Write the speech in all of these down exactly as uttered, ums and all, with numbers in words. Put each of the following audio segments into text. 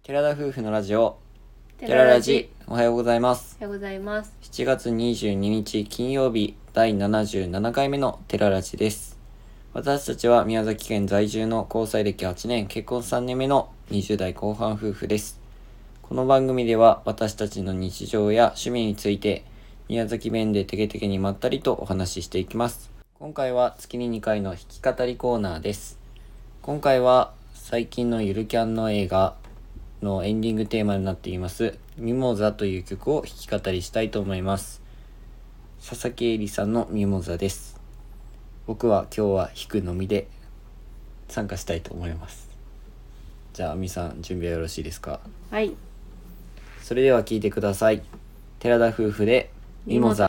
寺田夫婦のラジオテララジ。 おはようございます。 おはようございます。 しちがつにじゅうににち金曜日だいななじゅうななかいめのテララジです。私たちは宮崎県在住の交際歴はちねん、結婚さんねんめのにじゅう代後半夫婦です。この番組では私たちの日常や趣味について宮崎弁でテケテケにまったりとお話ししていきます。今回は月ににかいの弾き語りコーナーです。今回は最近のゆるキャンの映画のエンディングテーマになっていますミモザという曲を弾き語りしたいと思います。佐々木恵里さんのミモザです。僕は今日は弾くのみで参加したいと思います。じゃあみさん、準備はよろしいですか？ はい。 それでは聴いてください。寺田夫婦でミモザ。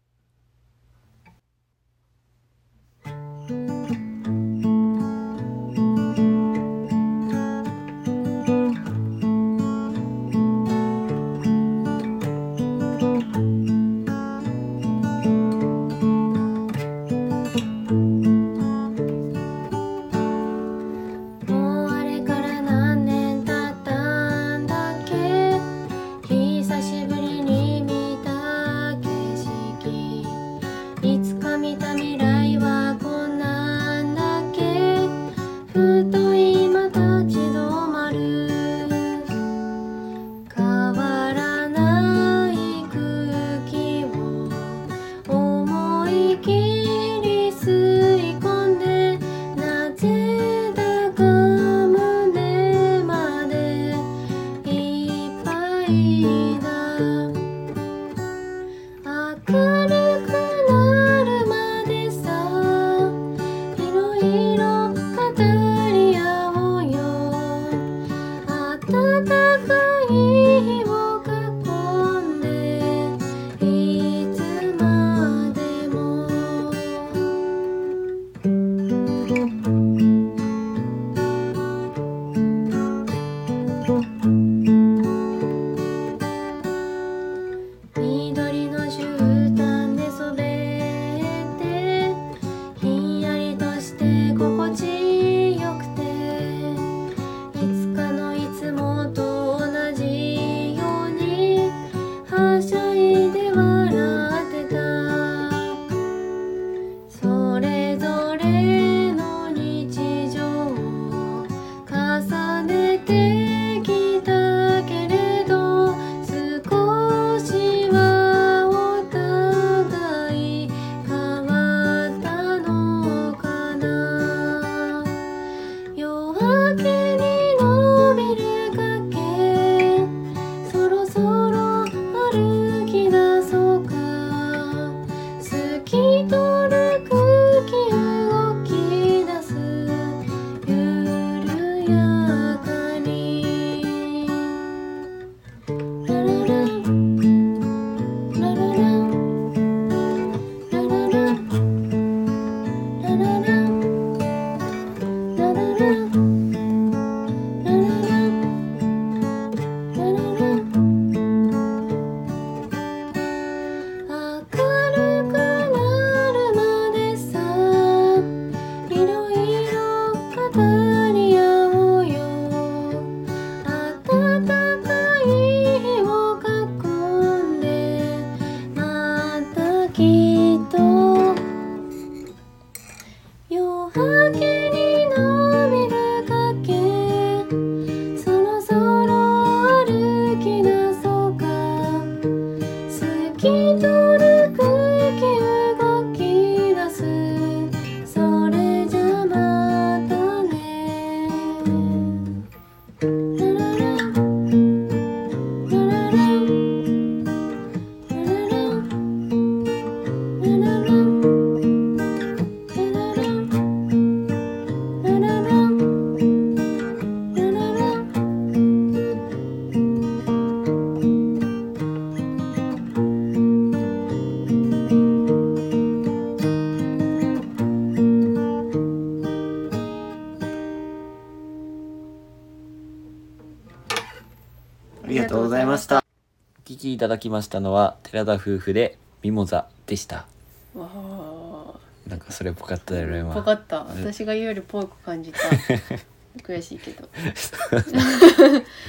ありがとうございました。お聞きいただきましたのは寺田夫婦でミモザでした。 わあ、 なんかそれっぽかったやろ今。 ぽかった。私が言うよりぽく感じた。悔しいけど。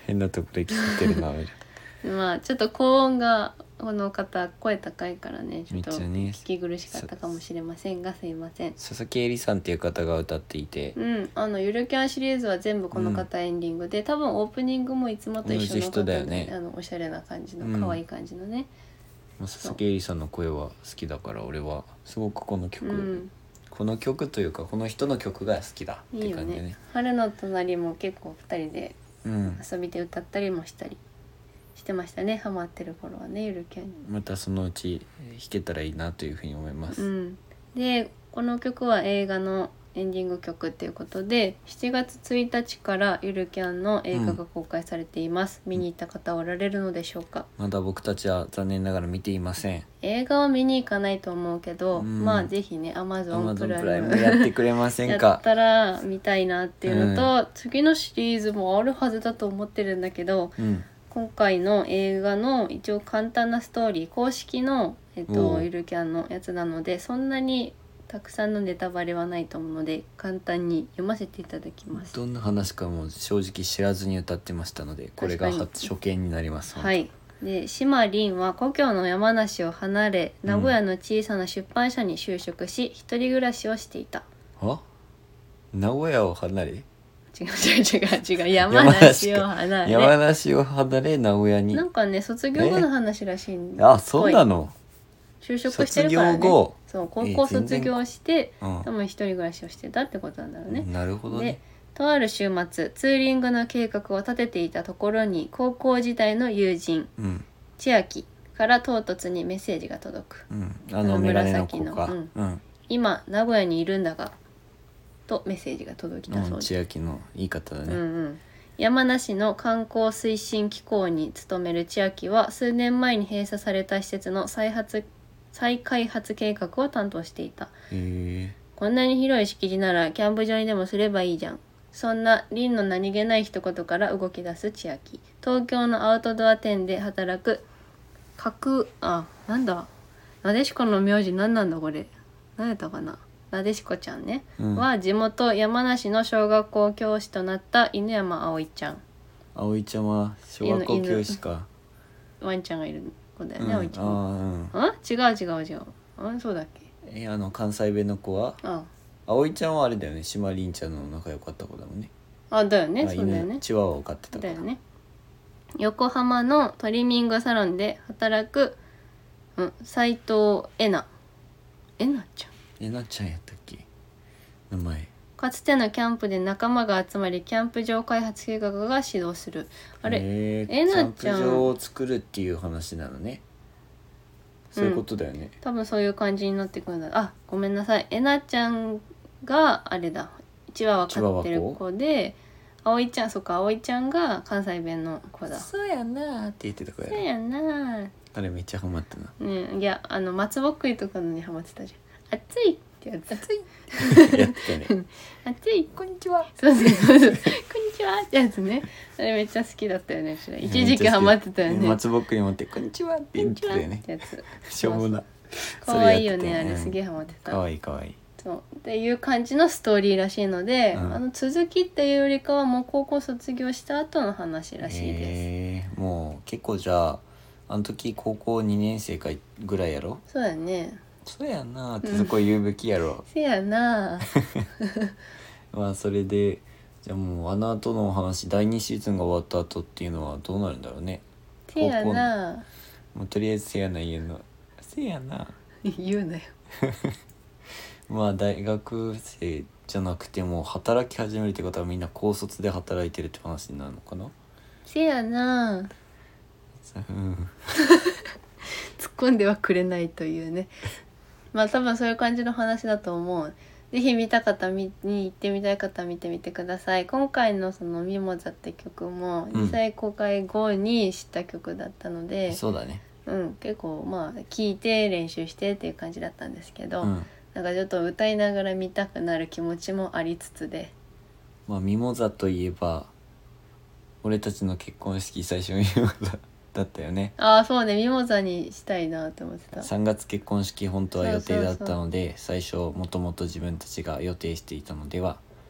変なとこで聞いてるなまあちょっと高音がこの方声高いからねちょっとめっちゃね聞き苦しかったかもしれませんがすいません。 佐々木恵里さんっていう方が歌っていて、 うんあのゆるキャンシリーズは全部この方エンディングで、多分オープニングもいつもと一緒の同じ人方で、 だよねあのおしゃれな感じのうん可愛い感じのね、 まあ佐々木恵里さんの声は好きだから俺はすごくこの曲、 うんこの曲というかこの人の曲が好きだっいいよて感じでねね。春の隣も結構ふたりでうん遊びで歌ったりもしたりしてましたね、ハマってる頃はねゆるキャンに。 またそのうち弾けたらいいなというふうに思います、 うん、でこの曲は映画のエンディング曲っていうことでしちがつついたちからゆるキャンの映画が公開されています、見に行った方おられるのでしょうか。 まだ僕たちは残念ながら見ていません。 映画は見に行かないと思うけど、 うんまあぜひねア Amazon マゾンプライムプライムやってくれませんやっかたら見たいなっていうのと、次のシリーズもあるはずだと思ってるんだけど、 うん今回の映画の一応簡単なストーリー公式の、えっおと、 うゆるキャンのやつなのでそんなにたくさんのネタバレはないと思うので簡単に読ませていただきます。 どんな話かも正直知らずに歌ってましたのでこれが確か初初見になりますはい。で島凛は故郷の山梨を離れうん名古屋の小さな出版社に就職し、一人暮らしをしていた。 あ名古屋を離れ違う違う違う違う山梨を離れ山梨を離れ名古屋になんかね卒業後の話らしいんだあそうなの就職してるからね。 卒業後そう高校卒業して、 うん多分一人暮らしをしてたってことなんだろうね。 なるほどでねとある週末ツーリングの計画を立てていたところに高校時代の友人うん千秋から唐突にメッセージが届く。 うんあのあのメガネの子か紫のうんうん今名古屋にいるんだがとメッセージが届きたうんそうです。 千秋の言い方だうんねうん、山梨の観光推進機構に勤める千秋は数年前に閉鎖された施設の再発再開発計画を担当していた。 へえこんなに広い敷地ならキャンプ場にでもすればいいじゃん。そんな凛の何気ない一言から動き出す千秋。東京のアウトドア店で働く角あなんだなでしこの名字何なんだこれ何やったかななでしこちゃんね、 うんは地元山梨の小学校教師となった犬山葵ちゃん。 葵ちゃんは小学校教師かワンちゃんがいる子だよね、 うん葵ちゃんは。 あーうんあ違う違う違うあそうだっけ。 えあの関西弁の子はあ葵ちゃんはあれだよね島凛ちゃんの仲良かった子だもんねあだよねあそうだよね犬チワワを飼ってた子だよね。横浜のトリミングサロンで働く、うん、斉藤えなえなちゃん。 えなちゃんやったっけ名前かつてのキャンプで仲間が集まりキャンプ場開発計画が始動する。あれえー、 えなちゃんキャンプ場を作るっていう話なのねそういうことだよね、 多分そういう感じになってくるんだ。あごめんなさいえなちゃんがあれだチワワ飼ってる子で葵ちゃんそっか葵ちゃんが関西弁の子だ。 そうやなーって言ってた子やねそうやなあれめっちゃハマったなねいやあの松ぼっくりとかのにハマってたじゃん。暑いってやつ。暑いやってたね暑いこんにちは。そうそうそうそうこんにちはってやつね。あれめっちゃ好きだったよね。それ一時期ハマってたよね。 松ぼっくり持ってこんにちはってこんにちは言ってたよねってやつ。 しょうもな可愛いよねそれやってたあれすげえハマってた。 かわいいかわいいそうっていう感じのストーリーらしいので、 うんあの続きっていうよりかはもう高校卒業した後の話らしいです。 へえもう結構じゃああの時高校にねん生かぐらいやろそうだね。 そうやなーってそこ言うべきやろ、 せやな。 まあそれでじゃあもうあの後のお話だいにシーズンが終わった後っていうのはどうなるんだろうね。 せやな。 もうとりあえずせやな言うのせやな言うなよ。 まあ大学生じゃなくても働き始めるってことはみんな高卒で働いてるって話になるのかな。 せやな。 うん突っ込んではくれないというね。まあ多分そういう感じの話だと思う。ぜひ見た方見に行ってみたい方は見てみてください。今回のそのミモザって曲もうん実際公開後に知った曲だったので、 そうだねうん、結構まあ聴いて練習してっていう感じだったんですけど、 うんなんかちょっと歌いながら見たくなる気持ちもありつつで、 まあミモザといえば俺たちの結婚式最初ミモザだったよね。 ああそうねミモザにしたいなって思ってた。 さんがつ結婚式本当は予定だったので最初もともと自分たちが予定していたのでは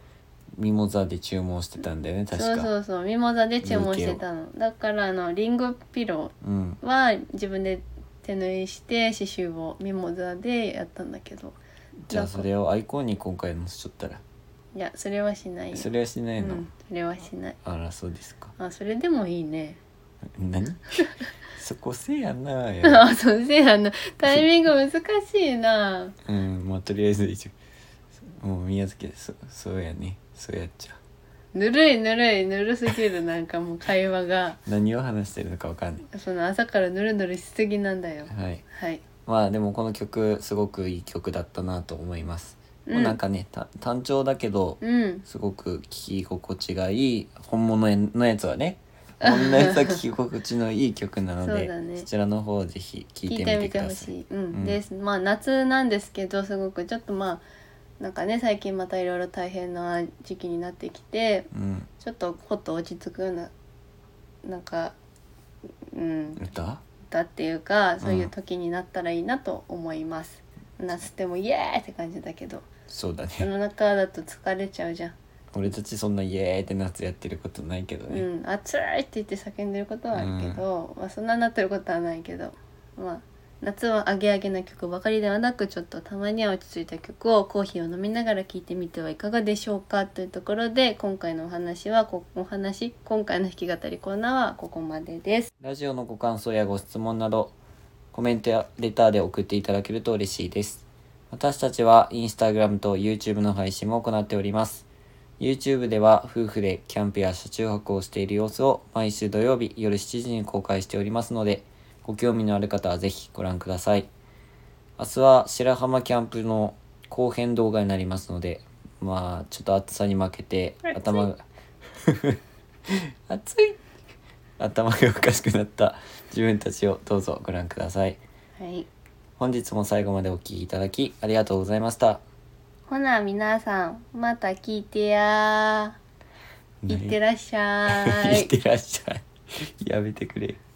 ミモザで注文してたんだよね確か。 そうそうそうミモザで注文してたの。だからあのリンゴピロうんーは自分で手縫いして刺繍をミモザでやったんだけど、 じゃあそれをアイコンに今回載せちゃったら。 いやそれはしないよ。 それはしないの、 うん、それはしない。 あらそうですか。 あそれでもいいね。 何そこせやなやあそうせやなタイミング難しいな。 うんまあとりあえず一応もう宮崎でそそうやねそうやっちゃぬるいぬるいぬるすぎるなんかもう会話が何を話してるのかわかんないその朝からぬるぬるしすぎなんだよ。 はい。 はい。 まあでもこの曲すごくいい曲だったなと思います、 うんもうなんかねた単調だけどうんすごく聴き心地がいい本物のやつはね本物のやつは聴き心地のいい曲なのでそうだねそちらの方をぜひ聴い聞いてみててみてほください。 しい。うん、 うんですまあ夏なんですけどすごくちょっとまあなんかね最近またいろいろ大変な時期になってきてうん、 ちょっとほっと落ち着くようななんかうん歌だっていうかそういう時になったらいいなと思います、夏ってもイエーイって感じだけどそうだ世のね中だと疲れちゃうじゃん。 俺たちそんなイエーイって夏やってることないけどね、 うん、暑いって言って叫んでることはあるけど、まあ、そんなになってることはないけど、まあ、夏はアゲアゲな曲ばかりではなくちょっとたまには落ち着いた曲をコーヒーを飲みながら聴いてみてはいかがでしょうかというところで今回のお話はこお話今回の弾き語りコーナーはここまでです。 ラジオのご感想やご質問などコメントやレターで送っていただけると嬉しいです。私たちはインスタグラムと YouTube の配信も行っております。YouTube では夫婦でキャンプや車中泊をしている様子を毎週土曜日夜しちじに公開しておりますので、ご興味のある方はぜひご覧ください。明日は白浜キャンプの後編動画になりますので、まあちょっと暑さに負けて頭が暑い頭がおかしくなった自分たちをどうぞご覧ください。 はい本日も最後までお聞きいただきありがとうございました。 ほな皆さんまた聞いてやーいってらっしゃいいってらっしゃい。やめてくれ。